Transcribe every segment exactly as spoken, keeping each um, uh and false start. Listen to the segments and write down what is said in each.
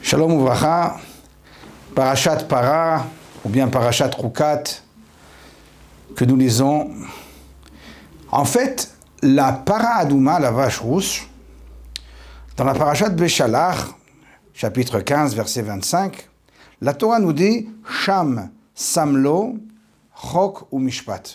Shalom Uvracha, Parashat Para, ou bien Parashat Rukat, que nous lisons. En fait, la Para Adouma, la vache rousse, dans la Parashat Beshalach, chapitre quinze, verset vingt-cinq, la Torah nous dit Sham Samlo, Chok ou Mishpat.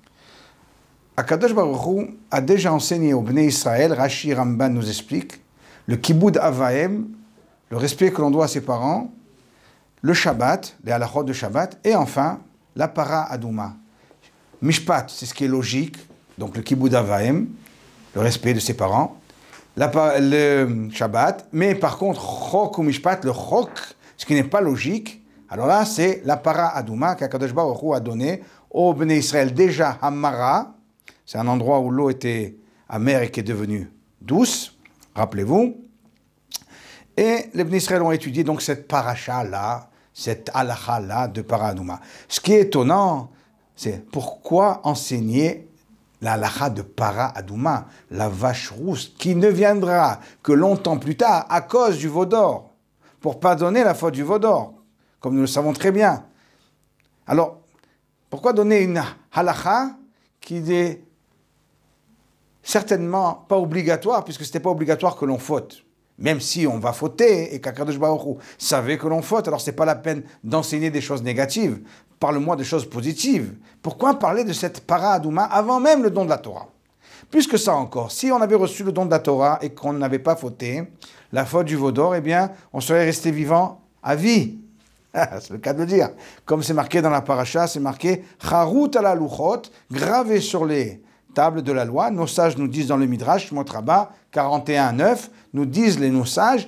Akadosh Baruch Hu a déjà enseigné au Bnei Israël, Rashi Ramban nous explique, le Kibud Avaim, le respect que l'on doit à ses parents, le Shabbat, les halachot de Shabbat, et enfin, la Para Adouma. Mishpat, c'est ce qui est logique, donc le Kibud Avaim, le respect de ses parents, la, le Shabbat, mais par contre, Chok ou Mishpat, le Chok, ce qui n'est pas logique, alors là, c'est la Para Adouma qu'Akadosh Baruch Hu a donné au Bnei Israël, déjà Hamara, c'est un endroit où l'eau était amère et qui est devenue douce, rappelez-vous. Et les Bnei Israël ont étudié donc cette paracha-là, cette halakha-là de Para Adouma. Ce qui est étonnant, c'est pourquoi enseigner la halakha de Para Adouma, la vache rousse, qui ne viendra que longtemps plus tard à cause du veau d'or, pour pardonner la faute du veau d'or, comme nous le savons très bien. Alors, pourquoi donner une halakha qui n'est certainement pas obligatoire, puisque ce n'était pas obligatoire que l'on faute. Même si on va fauter, et qu'Akadosh Baruch Hu savait que l'on faute, alors ce n'est pas la peine d'enseigner des choses négatives. Parle-moi de choses positives. Pourquoi parler de cette Para Adouma avant même le don de la Torah? Plus que ça encore, si on avait reçu le don de la Torah et qu'on n'avait pas fauté, la faute du veau d'or, eh bien, on serait resté vivant à vie. C'est le cas de le dire. Comme c'est marqué dans la paracha, c'est marqué « Charut ala luchot » gravé sur les table de la loi. Nos sages nous disent dans le Midrash, Motraba, quarante et un neuf, nous disent les nos sages,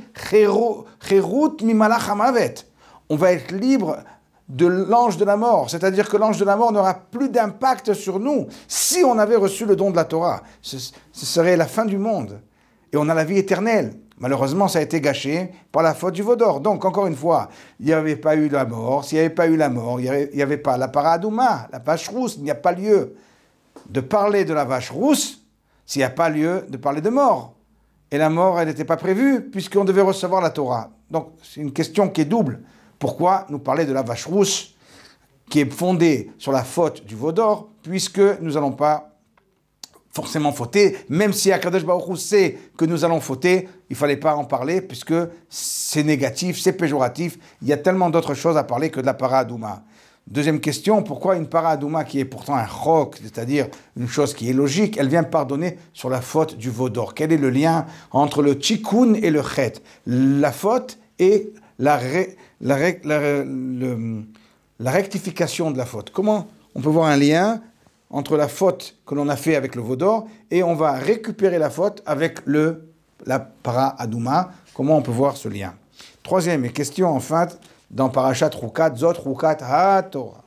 Cherut mimalach hamavet. On va être libre de l'ange de la mort, c'est-à-dire que l'ange de la mort n'aura plus d'impact sur nous si on avait reçu le don de la Torah. Ce, ce serait la fin du monde. Et on a la vie éternelle. Malheureusement, ça a été gâché par la faute du veau d'or. Donc, encore une fois, il n'y avait pas eu la mort. S'il n'y avait pas eu la mort, il n'y avait, avait pas la Para Adouma, la vache rousse, il n'y a pas lieu de parler de la vache rousse s'il n'y a pas lieu de parler de mort. Et la mort, elle n'était pas prévue puisqu'on devait recevoir la Torah. Donc, c'est une question qui est double. Pourquoi nous parler de la vache rousse qui est fondée sur la faute du veau d'or puisque nous n'allons pas forcément fauter, même si Akadosh Baruch Hu sait que nous allons fauter, il ne fallait pas en parler puisque c'est négatif, c'est péjoratif. Il y a tellement d'autres choses à parler que de la Para Adouma. Deuxième question, pourquoi une Para Adouma qui est pourtant un chok, c'est-à-dire une chose qui est logique, elle vient pardonner sur la faute du veau d'or? Quel est le lien entre le tikkun et le chet? La faute et la, ré, la, ré, la, le, la rectification de la faute. Comment on peut voir un lien entre la faute que l'on a fait avec le veau d'or et on va récupérer la faute avec le, la Para Adouma? Comment on peut voir ce lien? Troisième question, enfin, dans Parashat Rukat, Zot Rukat HaTorah.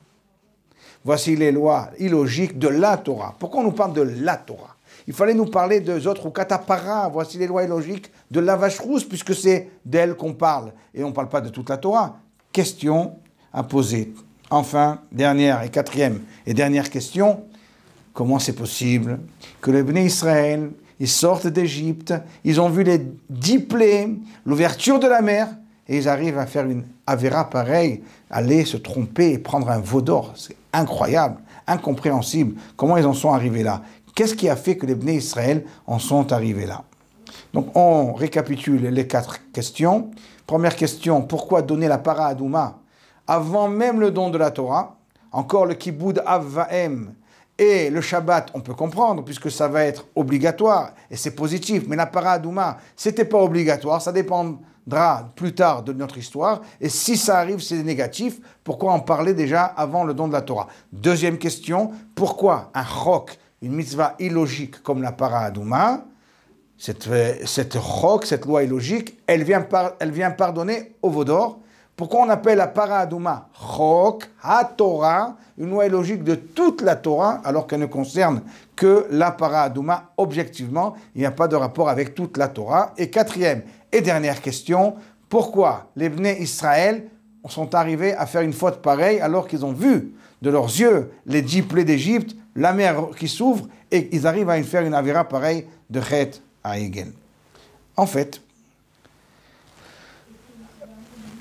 Voici les lois illogiques de la Torah. Pourquoi on nous parle de la Torah? Il fallait nous parler de Zot Rukat HaPara. Voici les lois illogiques de la vache rousse, puisque c'est d'elle qu'on parle. Et on ne parle pas de toute la Torah. Question à poser. Enfin, dernière et quatrième et dernière question. Comment c'est possible que les Bnei Israël, ils sortent d'Égypte, ils ont vu les dix plaies, l'ouverture de la mer, et ils arrivent à faire une avéra pareille, aller se tromper et prendre un veau d'or. C'est incroyable, incompréhensible. Comment ils en sont arrivés là? Qu'est-ce qui a fait que les Bnei Israël en sont arrivés là? Donc on récapitule les quatre questions. Première question, pourquoi donner la Para Adouma avant même le don de la Torah? Encore le Kibud Avaim et le Shabbat, on peut comprendre, puisque ça va être obligatoire, et c'est positif. Mais la Para Adouma, c'était pas obligatoire, ça dépendra plus tard de notre histoire. Et si ça arrive, c'est négatif. Pourquoi en parler déjà avant le don de la Torah? Deuxième question, pourquoi un chok, une mitzvah illogique comme la Para Adouma, cette, cette chok, cette loi illogique, elle vient, par, elle vient pardonner au veau d'or? Pourquoi on appelle la Para Adouma Chok HaTorah, une loi illogique de toute la Torah, alors qu'elle ne concerne que la Para Adouma objectivement, il n'y a pas de rapport avec toute la Torah. Et quatrième et dernière question, pourquoi les Bnei Israël sont arrivés à faire une faute pareille alors qu'ils ont vu de leurs yeux les dix plaies d'Égypte, la mer qui s'ouvre, et ils arrivent à faire une avéra pareille de Chet à Egen? En fait,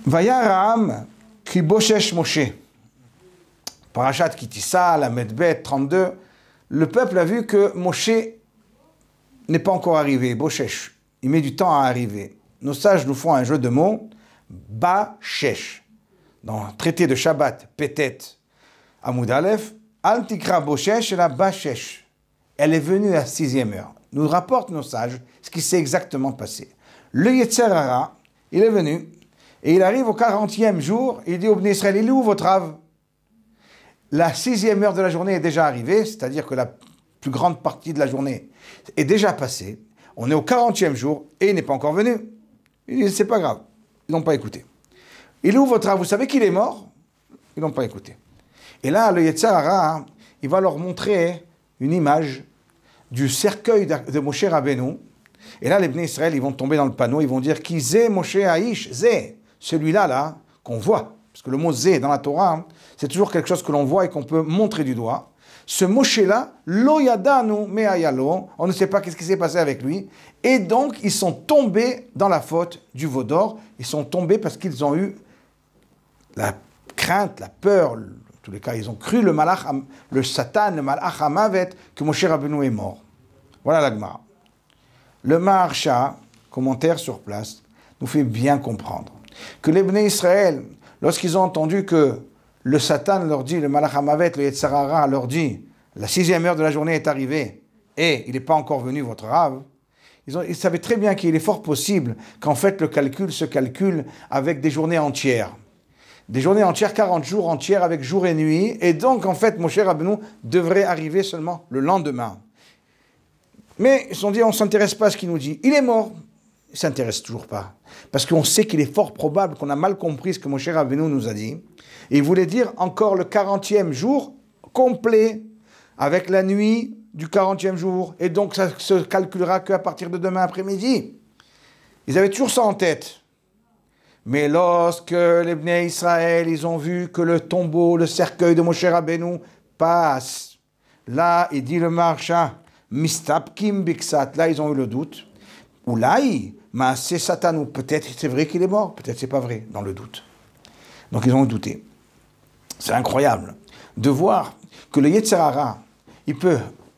Vayaram ki boshesh Moshe. Parashat Kitissa, la Medbet trente-deux. Le peuple a vu que Moshe n'est pas encore arrivé. Boshesh. Il met du temps à arriver. Nos sages nous font un jeu de mots. Ba-shesh. Dans le traité de Shabbat, Petet, Amoud Aleph, Al Tikra Boshesh et la Ba-shesh. Elle est venue à la sixième heure. Nous rapportent nos sages ce qui s'est exactement passé. Le Yetzer Hara, il est venu, et il arrive au quarantième jour, il dit au Bnei Israël, il est où votre rave? La sixième heure de la journée est déjà arrivée, c'est-à-dire que la plus grande partie de la journée est déjà passée. On est au quarantième jour, et il n'est pas encore venu. Il dit, c'est pas grave, ils n'ont pas écouté. Il est où votre rave? Vous savez qu'il est mort? Ils n'ont pas écouté. Et là, le Yetzer Hara, il va leur montrer une image du cercueil de Moshe Rabbeinu. Et là, les Bnei Israël, ils vont tomber dans le panneau, ils vont dire qui zé Moshe Haïch, zé, celui-là, là, qu'on voit. Parce que le mot zé dans la Torah, c'est toujours quelque chose que l'on voit et qu'on peut montrer du doigt. Ce Moshe-là, lo yadanu me'ayalo, on ne sait pas qu'est-ce qui s'est passé avec lui. Et donc, ils sont tombés dans la faute du veau d'or. Ils sont tombés parce qu'ils ont eu la crainte, la peur, en tous les cas, ils ont cru le malach, le Satan, le malach hamavet, que Moshe Rabbeinu est mort. Voilà la Gemara. Le Maharsha, commentaire sur place, nous fait bien comprendre que les Bnei Israël, lorsqu'ils ont entendu que le Satan leur dit, le malach hamavet, le Yetzer Hara leur dit, la sixième heure de la journée est arrivée et il n'est pas encore venu votre rave, ils, ont, ils savaient très bien qu'il est fort possible qu'en fait le calcul se calcule avec des journées entières. Des journées entières, quarante jours entières avec jour et nuit. Et donc, en fait, Moshe Rabbeinu devrait arriver seulement le lendemain. Mais ils se sont dit, on ne s'intéresse pas à ce qu'il nous dit. Il est mort. Il ne s'intéresse toujours pas. Parce qu'on sait qu'il est fort probable qu'on a mal compris ce que Moshe Rabbeinu nous a dit. Et il voulait dire encore le quarantième jour complet, avec la nuit du quarantième jour. Et donc, ça se calculera qu'à partir de demain après-midi. Ils avaient toujours ça en tête. Mais lorsque les Bnei Israël, ils ont vu que le tombeau, le cercueil de Moshe Rabbeinu passe, là, il dit le Maharsha, Mistapkim Biksat, là, ils ont eu le doute. Ou là, c'est Satan, ou peut-être c'est vrai qu'il est mort, peut-être c'est pas vrai, dans le doute. Donc ils ont douté. C'est incroyable de voir que le Yetzer Hara, il peut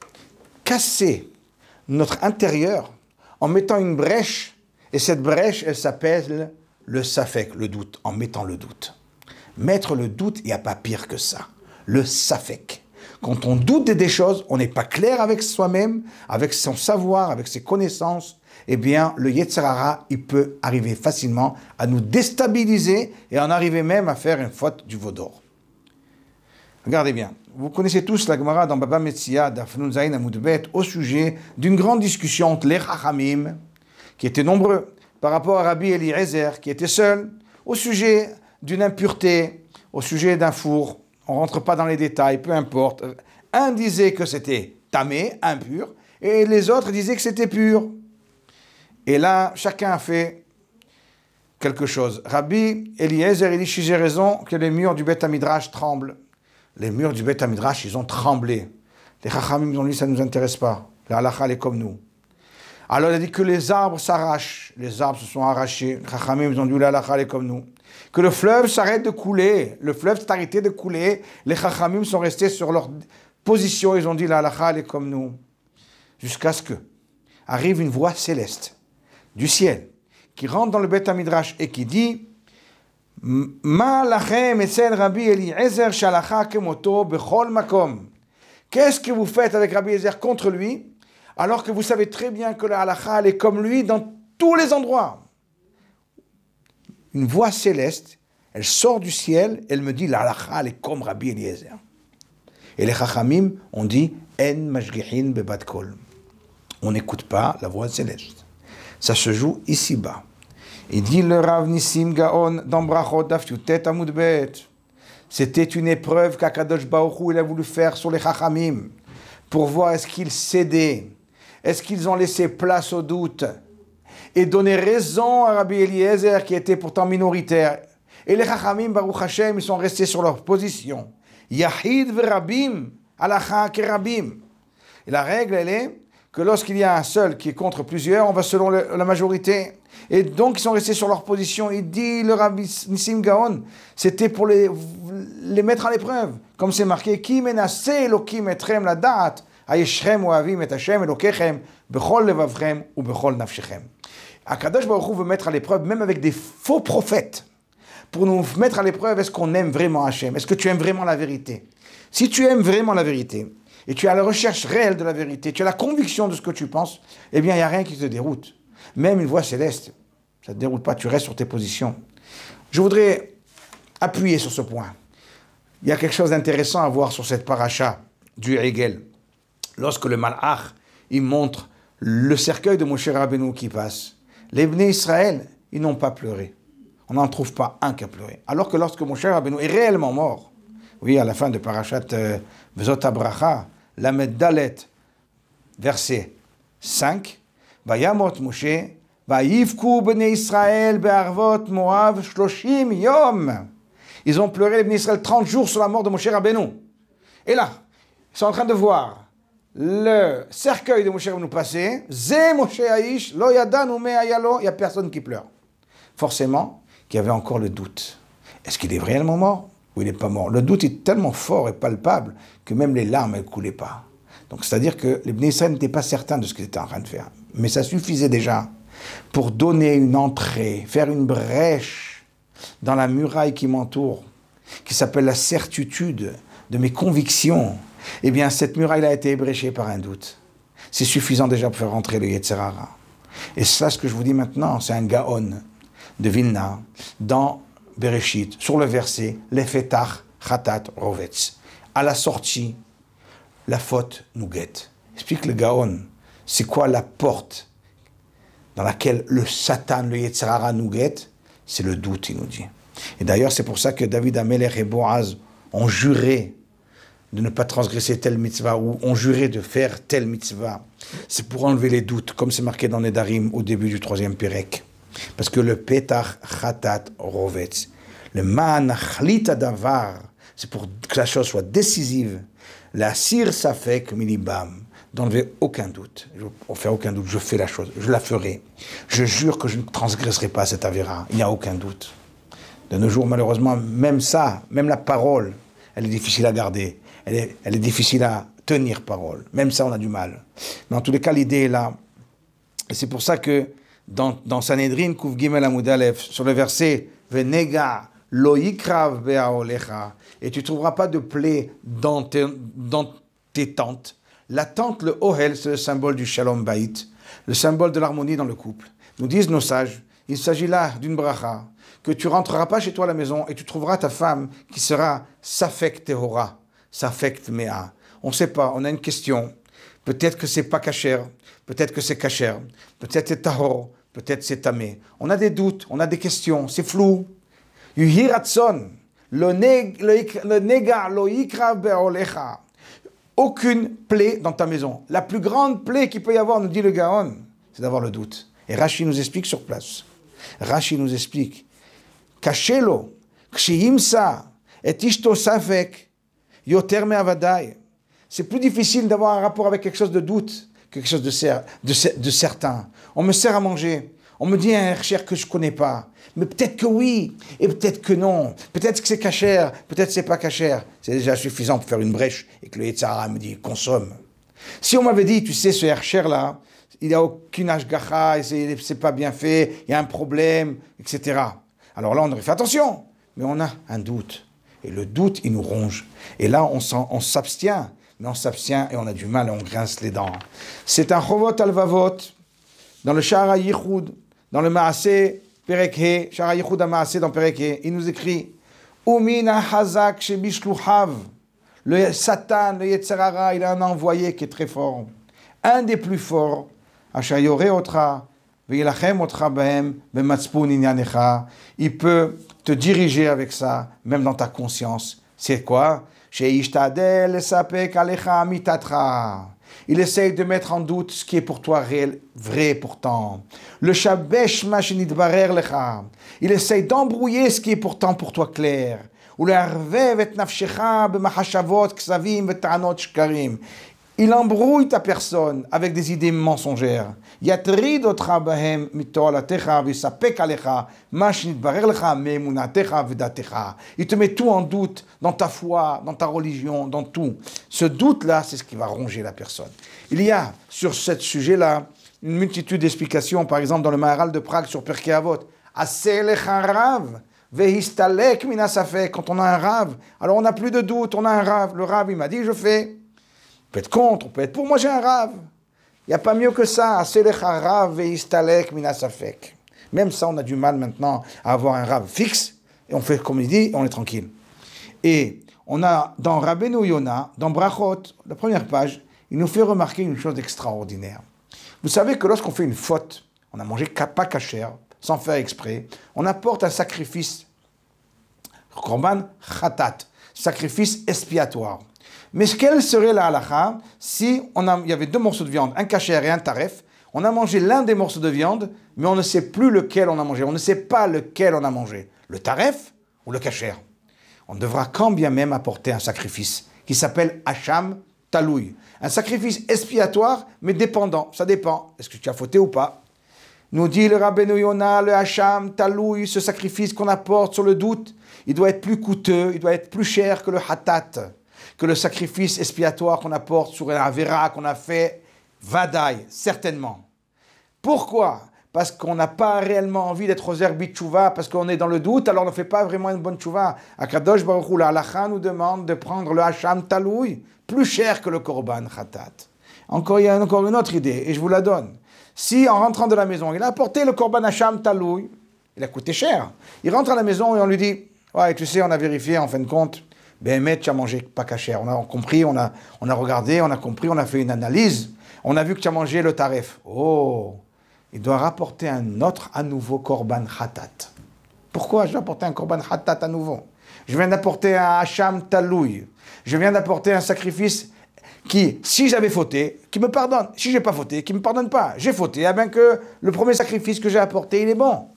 casser notre intérieur en mettant une brèche, et cette brèche, elle s'appelle le safek, le doute, en mettant le doute. Mettre le doute, il n'y a pas pire que ça. Le safek. Quand on doute des choses, on n'est pas clair avec soi-même, avec son savoir, avec ses connaissances, eh bien, le Yetzer Hara, il peut arriver facilement à nous déstabiliser et en arriver même à faire une faute du veau d'or. Regardez bien. Vous connaissez tous la Gemara dans Baba Metzia, d'Afnun Zayin Amoud Bet, au sujet d'une grande discussion entre les Chachamim, qui étaient nombreux, par rapport à Rabbi Eliezer, qui était seul, au sujet d'une impureté, au sujet d'un four. On ne rentre pas dans les détails, peu importe. Un disait que c'était tamé, impur, et les autres disaient que c'était pur. Et là, chacun a fait quelque chose. Rabbi Eliezer, il dit, si j'ai raison, que les murs du Beth Midrash tremblent. Les murs du Beth Midrash, ils ont tremblé. Les Chachamim, ils ont dit, ça ne nous intéresse pas. La halakha, elle est comme nous. Alors il a dit que les arbres s'arrachent, les arbres se sont arrachés, les Chachamim ils ont dit la halakha est comme nous. Que le fleuve s'arrête de couler, le fleuve s'est arrêté de couler, les Chachamim sont restés sur leur position, ils ont dit la halakha est comme nous. Jusqu'à ce que arrive une voix céleste du ciel qui rentre dans le Beth Midrash et qui dit Ma lachem etzel Rabbi Eliezer shalacha kemoto bechol makom. Qu'est-ce que vous faites avec Rabbi Eliezer contre lui? Alors que vous savez très bien que la halakha, elle est comme lui dans tous les endroits. Une voix céleste, elle sort du ciel, elle me dit, la halakha, elle est comme Rabbi Eliezer. Et les chachamim ont dit, en mashgihin bebat kol. On n'écoute pas la voix céleste. Ça se joue ici-bas. Il dit le Rav Nissim Gaon dans Brachot Daf Yutet Amud Bet. C'était une épreuve qu'Akadosh Baruch Hu il a voulu faire sur les chachamim pour voir est-ce qu'ils cédaient. Est-ce qu'ils ont laissé place au doute et donné raison à Rabbi Eliezer qui était pourtant minoritaire? Et les Chachamim, Baruch Hashem, ils sont restés sur leur position. Yahid verabim, halakha kerabim. Et la règle, elle est que lorsqu'il y a un seul qui est contre plusieurs, on va selon le, la majorité. Et donc, ils sont restés sur leur position. Il dit, le Rabbi Nissim Gaon, c'était pour les, les mettre à l'épreuve. Comme c'est marqué, Ki menase Elokim etrem la da'at, hayeshrem ohavim et Hashem Elokechem, bechol levavchem ou bechol nafshechem. Akadosh Baruch Hu veut mettre à l'épreuve, même avec des faux prophètes, pour nous mettre à l'épreuve, est-ce qu'on aime vraiment Hashem? Est-ce que tu aimes vraiment la vérité? Si tu aimes vraiment la vérité, et tu as la recherche réelle de la vérité, tu as la conviction de ce que tu penses, eh bien, il n'y a rien qui te déroute. Même une voix céleste, ça ne te déroute pas, tu restes sur tes positions. Je voudrais appuyer sur ce point. Il y a quelque chose d'intéressant à voir sur cette paracha du Hegel. Lorsque le Malach, il montre le cercueil de Moshe Rabbeinu qui passe, les Bnei Israël, ils n'ont pas pleuré. On n'en trouve pas un qui a pleuré. Alors que lorsque Moshe Rabbeinu est réellement mort, oui, à la fin de parachat euh, Vezot HaBracha, Lamed Dalet, verset cinq, Vayamot Moshe, Vayivku Bnei Israël be'arvot Moav shloshim yom. Ils ont pleuré les Bnei Israël trente jours sur la mort de Moshe Rabbeinu. Et là, ils sont en train de voir le cercueil de Moshe Rabbeinu passer. Ze Moshe Aish, lo yadanu me ayalo. Il n'y a personne qui pleure. Forcément, qu'il y avait encore le doute. Est-ce qu'il est réellement mort ou il n'est pas mort? Le doute est tellement fort et palpable que même les larmes ne coulaient pas. Donc, c'est-à-dire que les Bnei Israël n'étaient pas certains de ce qu'ils étaient en train de faire. Mais ça suffisait déjà pour donner une entrée, faire une brèche dans la muraille qui m'entoure, qui s'appelle la certitude de mes convictions. Eh bien, cette muraille a été ébréchée par un doute. C'est suffisant déjà pour faire rentrer le Yetzer Hara. Et ça, ce que je vous dis maintenant, c'est un Gaon de Vilna dans Bereshit, sur le verset « Lefetach chatat rovetz ». À la sortie, la faute nous guette. Explique le Gaon, c'est quoi la porte dans laquelle le Satan, le Yetzer Hara nous guette? C'est le doute, il nous dit. Et d'ailleurs, c'est pour ça que David Amelech et Boaz ont juré de ne pas transgresser telle mitzvah, ou ont juré de faire telle mitzvah. C'est pour enlever les doutes, comme c'est marqué dans Nedarim au début du troisième Pérec. Parce que le Petach Chatat Rovetz, le Ma'anachlit Davar, c'est pour que la chose soit décisive. La Sir Safek Milibam, d'enlever aucun doute. Je ne faire aucun doute, je fais la chose, je la ferai. Je jure que je ne transgresserai pas cette avéra, il n'y a aucun doute. De nos jours, malheureusement, même ça, même la parole, elle est difficile à garder. Elle est, elle est difficile à tenir parole. Même ça, on a du mal. Mais en tous les cas, l'idée est là. Et c'est pour ça que dans, dans Sanhedrin, Kuf Gimel Amud Aleph, sur le verset « Venega lo yikrav be'aolecha » et tu ne trouveras pas de plaie dans tes, dans tes tentes. La tente, le Ohel, c'est le symbole du Shalom Bayit, le symbole de l'harmonie dans le couple. Nous disent nos sages, il s'agit là d'une bracha, que tu rentreras pas chez toi à la maison et tu trouveras ta femme qui sera Safek Tehora, Safek Mea. On ne sait pas, on a une question. Peut-être que c'est pas kasher, peut-être que c'est kasher, peut-être c'est tahor, peut-être c'est tamé. On a des doutes, on a des questions, c'est flou. Yuhiratson, le nega lo yikra be'olecha. Aucune plaie dans ta maison. La plus grande plaie qu'il peut y avoir, nous dit le Gaon, c'est d'avoir le doute. Et Rashi nous explique sur place. Rashi nous explique. Kashelo, kshiyimsa, et ishto safek, yoter me'avadai. C'est plus difficile d'avoir un rapport avec quelque chose de doute que quelque chose de, cer- de, cer- de certain. On me sert à manger. On me dit un cher que je ne connais pas. Mais peut-être que oui, et peut-être que non. Peut-être que c'est cachère, peut-être que c'est pas cachère. C'est déjà suffisant pour faire une brèche et que le Yetzer Hara me dit consomme. Si on m'avait dit, tu sais, ce Hercher là, il n'y a aucune ashgacha, c'est, c'est pas bien fait, il y a un problème, et cetera. Alors là, on aurait fait attention. Mais on a un doute. Et le doute, il nous ronge. Et là, on, on s'abstient. Mais on s'abstient et on a du mal et on grince les dents. C'est un chovot alvavot dans le Shara Yichud, dans le Maaseh Perek He, Shara Yichud HaMaaseh dans Perek He, il nous écrit Umina Hazak Shebishluchav. Le Satan, le Yetzer Hara, il a un envoyé qui est très fort. Un des plus forts. Asher Yoreh Otra, Ve'ilachem Otra Bahem, Bematzpun Inyanecha. Il peut te diriger avec ça, même dans ta conscience. C'est quoi? Il essaye de mettre en doute ce qui est pour toi réel, vrai pourtant. Le shabesh machinidbarer lecha. Il essaye d'embrouiller ce qui est pourtant pour toi clair. Ou le harvev et nafshecha b'machashavot ksavim v'tanot shkarim. Il embrouille ta personne avec des idées mensongères. Yatrid otra bahem mitoalatecha visapek alecha ma shnitbarer lecha meemunatecha vedatecha. Il te met tout en doute dans ta foi, dans ta religion, dans tout. Ce doute-là, c'est ce qui va ronger la personne. Il y a sur ce sujet-là une multitude d'explications, par exemple dans le Maharal de Prague sur Pirkei Avot. Aseh lecha rav vehistalek minasafek. Quand on a un rav, alors on n'a plus de doute, on a un rav. Le rav, il m'a dit, je fais. On peut être contre, on peut être pour. Moi, j'ai un rave. Il n'y a pas mieux que ça. Même ça, on a du mal maintenant à avoir un rave fixe. Et on fait comme il dit, et on est tranquille. Et on a dans Rabbeinu Yona, dans Brachot, la première page, il nous fait remarquer une chose extraordinaire. Vous savez que lorsqu'on fait une faute, on a mangé pas kasher, sans faire exprès, on apporte un sacrifice, korban khatat, sacrifice expiatoire. Mais quelle serait la halakha si on a, il y avait deux morceaux de viande, un kasher et un taref, on a mangé l'un des morceaux de viande, mais on ne sait plus lequel on a mangé, on ne sait pas lequel on a mangé, le taref ou le kasher. On devra quand bien même apporter un sacrifice qui s'appelle hacham taloui, un sacrifice expiatoire mais dépendant, ça dépend, est-ce que tu as fauté ou pas. Nous dit le Rabbeinu Yona, le hacham taloui, ce sacrifice qu'on apporte sur le doute, il doit être plus coûteux, il doit être plus cher que le hatat, que le sacrifice expiatoire qu'on apporte sur la vera qu'on a fait, vadaï, certainement. Pourquoi ? Parce qu'on n'a pas réellement envie d'être aux herbit tchouva, parce qu'on est dans le doute, alors on ne fait pas vraiment une bonne tchouva. Akadosh Baruch Hu, la halakha nous demande de prendre le hacham taloui, plus cher que le korban khatat. Encore, il y a encore une autre idée, et je vous la donne. Si en rentrant de la maison, il a apporté le korban hacham taloui, il a coûté cher. Il rentre à la maison et on lui dit, ouais, tu sais, on a vérifié en fin de compte, Béhémet, tu as mangé pas kasher. On a compris, on a, on a regardé, on a compris, on a fait une analyse. On a vu que tu as mangé le taref. Oh, il doit rapporter un autre, à nouveau, korban khatat. Pourquoi je dois apporter un korban khatat à nouveau ? Je viens d'apporter un hacham taloui. Je viens d'apporter un sacrifice qui, si j'avais fauté, qui me pardonne. Si j'ai pas fauté, qui me pardonne pas. J'ai fauté, eh bien que le premier sacrifice que j'ai apporté, il est bon.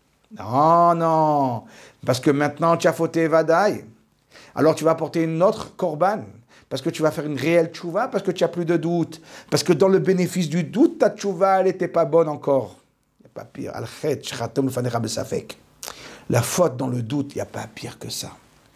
Non, non. Parce que maintenant, tu as fauté vadaï. Alors tu vas apporter une autre korban, parce que tu vas faire une réelle tchouva, parce que tu n'as plus de doute, parce que dans le bénéfice du doute, ta tchouva, elle n'était pas bonne encore. Il n'y a pas pire. La faute dans le doute, il n'y a pas pire que ça.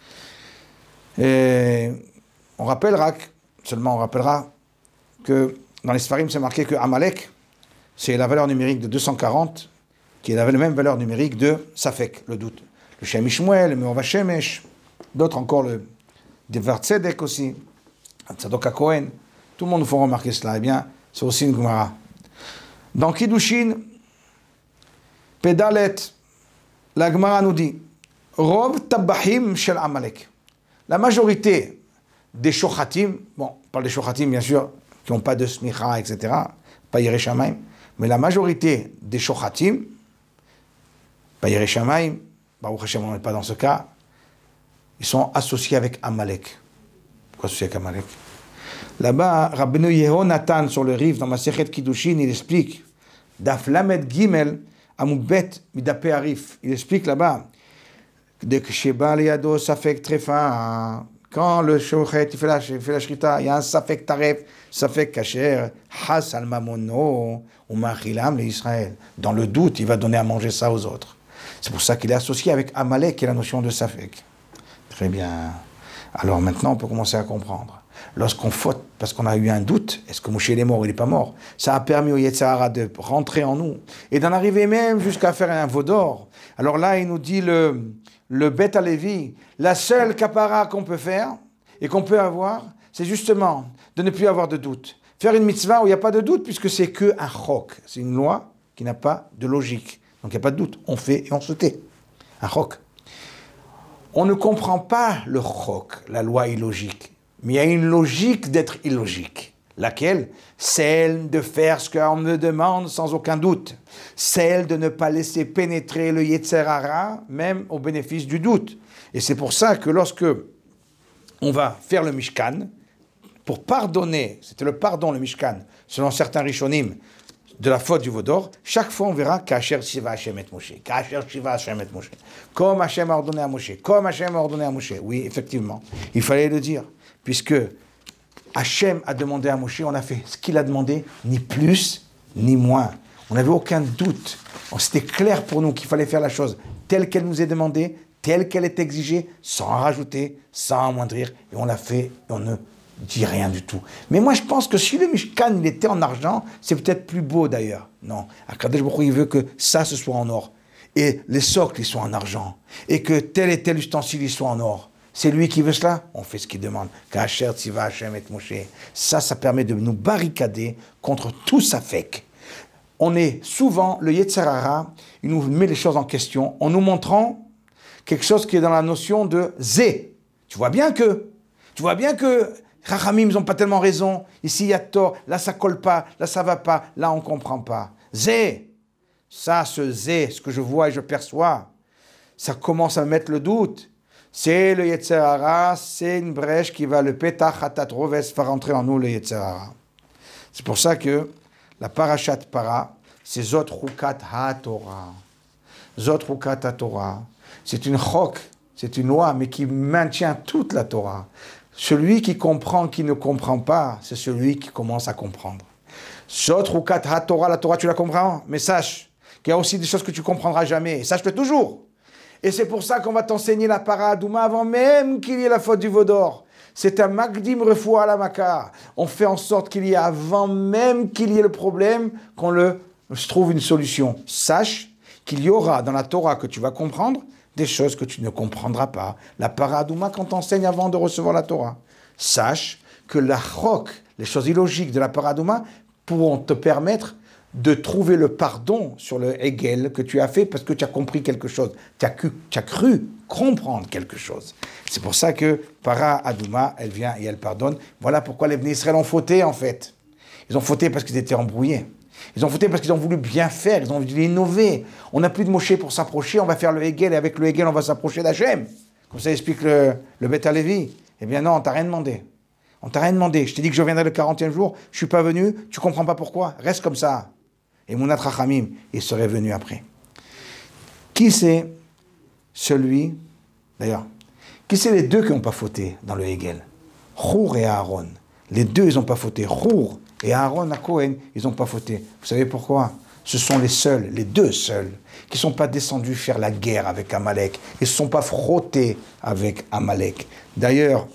Et on rappellera, seulement on rappellera, que dans les Sfarim, c'est marqué que Amalek, c'est la valeur numérique de deux cent quarante, qui est la même valeur numérique de Safek, le doute. Le Shem Ishmuel, le Meova Shemesh, d'autres encore, le Devar Tzedek aussi, Tzadok HaKohen, tout le monde nous fait remarquer cela. Eh bien, c'est aussi une Gemara. Dans Kiddushin, Pedalet, la Gemara nous dit, Rov Tabahim Shel Amalek. La majorité des Shochatim, bon, on parle des Shochatim bien sûr, qui n'ont pas de Smicha, et cetera, pas Yirei Shamayim, mais la majorité des Shochatim, pas Yirei Shamayim, Baruch Hashem, on n'est pas dans ce cas, ils sont associés avec Amalek. Pourquoi associés avec Amalek ? Là-bas, Rabbeinu Yehonatan, sur le Rif, dans Masechet Kiddushin, il explique, Daf Lamed Gimel, Amubet, Midapé Arif, il explique là-bas, dès que Sheba Liado, Safek Trefa, quand le Shochet, il fait la, il fait la Shrita, il y a un Safek Taref, Safek Kacher, Has al Mamono, ou Machilam, les Israël. Dans le doute, il va donner à manger ça aux autres. C'est pour ça qu'il est associé avec Amalek, qui est la notion de Safek. Très bien. Alors maintenant, on peut commencer à comprendre. Lorsqu'on faute, parce qu'on a eu un doute, est-ce que Moshe est mort ou il n'est pas mort ? Ça a permis au Yetzer Hara de rentrer en nous et d'en arriver même jusqu'à faire un veau d'or. Alors là, il nous dit le, le Beth Alevi, la seule kapara qu'on peut faire et qu'on peut avoir, c'est justement de ne plus avoir de doute. Faire une mitzvah où il n'y a pas de doute, puisque c'est que un chok. C'est une loi qui n'a pas de logique. Donc il n'y a pas de doute. On fait et on se tait. Un chok. On ne comprend pas le chok, la loi illogique. Mais il y a une logique d'être illogique. Laquelle ? Celle de faire ce qu'on me demande sans aucun doute. Celle de ne pas laisser pénétrer le Yetzer Hara, même au bénéfice du doute. Et c'est pour ça que lorsque on va faire le Mishkan, pour pardonner, c'était le pardon, le Mishkan, selon certains Rishonim, de la faute du veau d'or, chaque fois on verra Kacher Shiva Hashem et Moshe. Kacher Shiva Hashem et Moshe. Comme Hashem a ordonné à Moshe. Comme Hashem a ordonné à Moshe. Oui, effectivement, il fallait le dire. Puisque Hachem a demandé à Moshe, on a fait ce qu'il a demandé, ni plus, ni moins. On n'avait aucun doute. C'était clair pour nous qu'il fallait faire la chose telle qu'elle nous est demandée, telle qu'elle est exigée, sans en rajouter, sans amoindrir. Et on l'a fait, et on ne dit rien du tout. Mais moi, je pense que si le Mishkan, il était en argent, c'est peut-être plus beau d'ailleurs. Non, Akadosh Baruch Hu, il veut que ça, ce soit en or. Et les socles, ils soient en argent. Et que tel et tel ustensile, ils soient en or. C'est lui qui veut cela, on fait ce qu'il demande. Kacher tziva Hashem et Moshe. Ça, ça permet de nous barricader contre tout safek. On est souvent, le Yetzer Hara, il nous met les choses en question en nous montrant quelque chose qui est dans la notion de zé. Tu vois bien que, tu vois bien que Chachamim, ils n'ont pas tellement raison. Ici, il y a tort. Là, ça colle pas. Là, ça va pas. Là, on comprend pas. Zé. Ça, ce zé, ce que je vois et je perçois, ça commence à me mettre le doute. C'est le Yetzer Hara, c'est une brèche qui va le Petach Hatat Roves faire rentrer en nous le Yetzer Hara. C'est pour ça que la Parashat Para, c'est Zot Chukat HaTorah. Zot Chukat HaTorah. C'est une chok, c'est une loi, mais qui maintient toute la Torah. Celui qui comprend, qui ne comprend pas, c'est celui qui commence à comprendre. Zot Chukat HaTorah, la Torah, tu la comprends, mais sache qu'il y a aussi des choses que tu ne comprendras jamais. Sache-le toujours. Et c'est pour ça qu'on va t'enseigner la para Adouma avant même qu'il y ait la faute du veau d'or. C'est un magdim refoua à la maka. On fait en sorte qu'il y ait, avant même qu'il y ait le problème, qu'on le se trouve une solution. Sache qu'il y aura dans la Torah que tu vas comprendre des choses que tu ne comprendras pas. La para Adouma qu'on t'enseigne avant de recevoir la Torah. Sache que la chok, les choses illogiques de la para Adouma pourront te permettre de trouver le pardon sur le Hegel que tu as fait parce que tu as compris quelque chose. Tu as cru, tu as cru comprendre quelque chose. C'est pour ça que Para Adouma, elle vient et elle pardonne. Voilà pourquoi les Bnei Israël ont fauté en fait. Ils ont fauté parce qu'ils étaient embrouillés. Ils ont fauté parce qu'ils ont voulu bien faire, ils ont voulu innover. On n'a plus de Moshe pour s'approcher, on va faire le Hegel et avec le Hegel on va s'approcher d'Hachem. Comme ça explique le, le Beth Alevi. Eh bien non, on t'a rien demandé. On t'a rien demandé. Je t'ai dit que je viendrai le quarantième jour, je suis pas venu, tu comprends pas pourquoi. Reste comme ça. Et Mounat Rachamim, il serait venu après. Qui c'est celui, d'ailleurs, qui c'est les deux qui n'ont pas fauté dans le Hegel? Chour et Aaron. Les deux, ils n'ont pas fauté. Chour et Aaron à Cohen, ils n'ont pas fauté. Vous savez pourquoi? Ce sont les seuls, les deux seuls, qui ne sont pas descendus faire la guerre avec Amalek. Ils ne se sont pas frottés avec Amalek. D'ailleurs,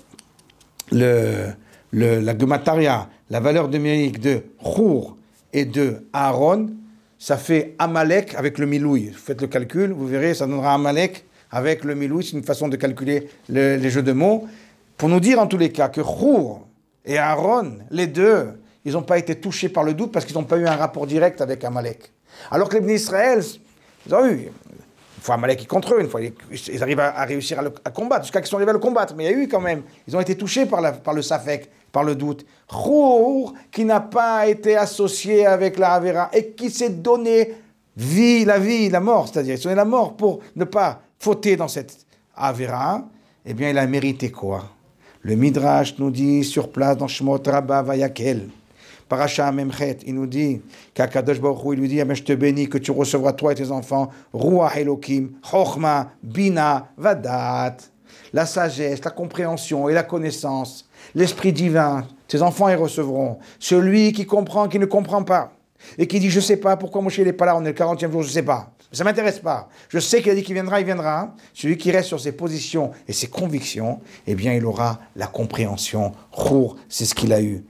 le, le, la Gemataria, la valeur numérique de Chour et de Aaron, ça fait Amalek avec le Milouï. Vous faites le calcul, vous verrez, ça donnera Amalek avec le Milouï. C'est une façon de calculer le, les jeux de mots. Pour nous dire en tous les cas que Chour et Aaron, les deux, ils n'ont pas été touchés par le doute parce qu'ils n'ont pas eu un rapport direct avec Amalek. Alors que les Bnei Israël, ils ont eu. Une fois Amalek qui contre eux, une fois ils arrivent à, à réussir à, le, à combattre, jusqu'à qu'ils sont arrivés à le combattre. Mais il y a eu quand même, ils ont été touchés par, la, par le Safek, par le doute. Chour, qui n'a pas été associé avec la Havera et qui s'est donné vie, la vie, la mort, c'est-à-dire il s'est donné la mort pour ne pas fauter dans cette Havera, eh bien il a mérité quoi? Le Midrash nous dit sur place dans Shemot Rabba Vayakel, Parasha Memchet, il nous dit qu'Akadosh Baruch Hu, il lui dit, je te bénis que tu recevras toi et tes enfants, Ruach Elokim, Chochma, Bina, Vadat, la sagesse, la compréhension et la connaissance, l'esprit divin, tes enfants y recevront. Celui qui comprend, qui ne comprend pas, et qui dit, je ne sais pas pourquoi Moshe n'est pas là, on est le quarantième jour, je ne sais pas. Ça ne m'intéresse pas. Je sais qu'il a dit qu'il viendra, il viendra. Celui qui reste sur ses positions et ses convictions, eh bien, il aura la compréhension. Chour, c'est ce qu'il a eu.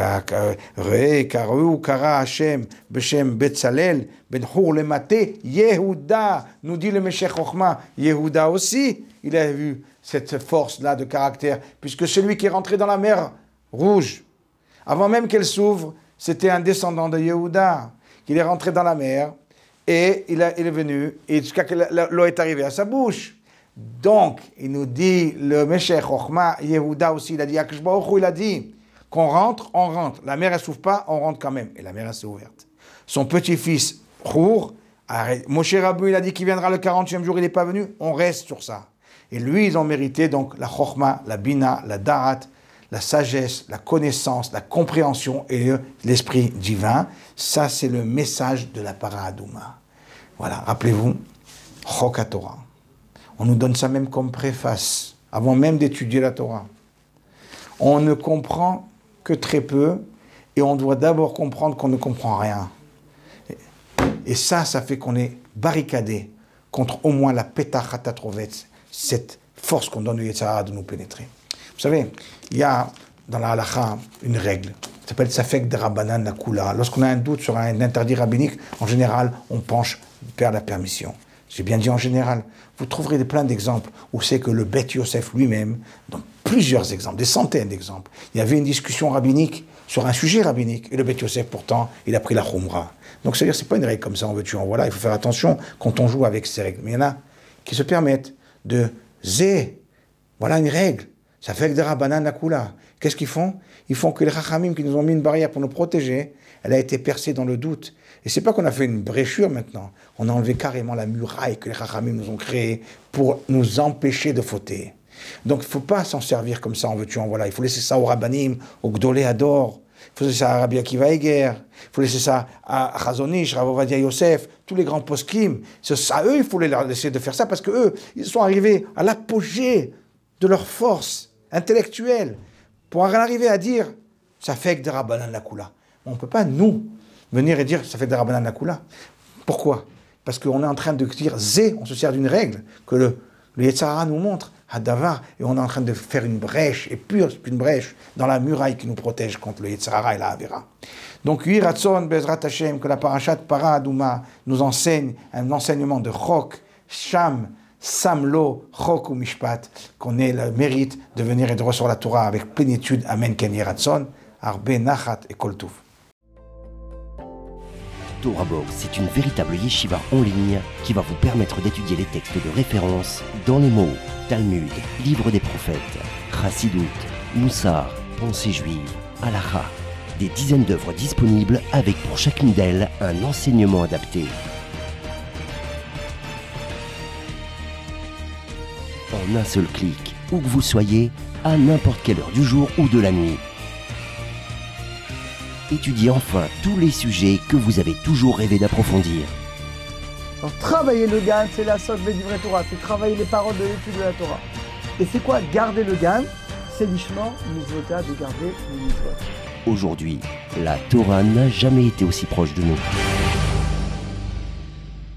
Re, Karu, Kara, Hashem, Beshem, Betzalel, Ben Chour, le Maté, Yehuda, nous dit le Meshech Chochma. Yehuda aussi, il a vu cette force-là de caractère, puisque celui qui est rentré dans la mer Rouge, avant même qu'elle s'ouvre, c'était un descendant de Yehuda, qu'il est rentré dans la mer, et il, a, il est venu, et jusqu'à que l'eau est arrivée à sa bouche. Donc, il nous dit, le Meshech Chochma, Yehuda aussi, il a dit, Akadosh Baruch Hu, il a dit, qu'on rentre, on rentre. La mer, elle ne s'ouvre pas, on rentre quand même. Et la mer, elle s'est ouverte. Son petit-fils, Chour, Moshe Rabbeinu, il a dit qu'il viendra le quarantième jour, il n'est pas venu, on reste sur ça. Et lui, ils ont mérité donc la Chochma, la Bina, la Darat, la sagesse, la connaissance, la compréhension et l'esprit divin. Ça, c'est le message de la Para Adouma. Voilà, rappelez-vous, Chok HaTorah. On nous donne ça même comme préface, avant même d'étudier la Torah. On ne comprend que très peu, et on doit d'abord comprendre qu'on ne comprend rien. Et ça, ça fait qu'on est barricadé contre au moins la Petach HaTatrovetz, cette force qu'on donne au Yetzer Hara de nous pénétrer. Vous savez, il y a dans la halakha une règle, ça s'appelle Safek Derabanan Nakula. Lorsqu'on a un doute sur un interdit rabbinique, en général, on penche vers la permission. J'ai bien dit en général. Vous trouverez plein d'exemples où c'est que le Beth Yosef lui-même, dans plusieurs exemples, des centaines d'exemples, il y avait une discussion rabbinique sur un sujet rabbinique, et le Beth Yosef, pourtant, il a pris la Khumra. Donc, c'est-à-dire, c'est pas une règle comme ça, on veut tu en voilà, il faut faire attention quand on joue avec ces règles. Mais il y en a qui se permettent de zé, voilà une règle, ça fait que des rabbanan nakula. Qu'est-ce qu'ils font? Ils font que les chachamim qui nous ont mis une barrière pour nous protéger, elle a été percée dans le doute. Et c'est pas qu'on a fait une bréchure maintenant, on a enlevé carrément la muraille que les chachamim nous ont créée pour nous empêcher de fauter. Donc il ne faut pas s'en servir comme ça en veux-tu en voilà. Il faut laisser ça aux rabbanim, aux gdolé ador. Il faut laisser ça à Rabbi Akiva Eger. Il faut laisser ça à Chazon Ish, Rav Ovadia Yosef, tous les grands poskim. C'est à eux il faut les laisser de faire ça parce que eux, ils sont arrivés à l'apogée de leur force intellectuelle pour en arriver à dire ça fait que des rabbanan lakula. On ne peut pas nous venir et dire ça fait que des rabbanan lakula. Pourquoi? Parce qu'on est en train de dire zé, on se sert d'une règle que le, le Yetzer Hara nous montre. Hadavar, et on est en train de faire une brèche, et pure une brèche, dans la muraille qui nous protège contre le Yetzer Hara et la Avera. Donc, Yu Ratzon, Bezrat Hashem, que la parashat Paradouma nous enseigne un enseignement de Chok, Sham, Samlo, Chok ou Mishpat, qu'on ait le mérite de venir et de recevoir la Torah avec plénitude. Amen, Ken Yu Ratzon, Arbe, Nachat et Kol Tuv. TorahBox, c'est une véritable yeshiva en ligne qui va vous permettre d'étudier les textes de référence dans les mots Talmud, Livre des prophètes, Chassidut, Moussar, Pensée juive, Halakha. Des dizaines d'œuvres disponibles avec pour chacune d'elles un enseignement adapté. En un seul clic, où que vous soyez, à n'importe quelle heure du jour ou de la nuit. Étudiez enfin tous les sujets que vous avez toujours rêvé d'approfondir. Alors, travailler le Gan, c'est la sotte Bédivrei Torah, c'est travailler les paroles de l'étude de la Torah. Et c'est quoi garder le Gan? C'est l'ishmor, mitzvota, de garder les mitzvot. Aujourd'hui, la Torah n'a jamais été aussi proche de nous.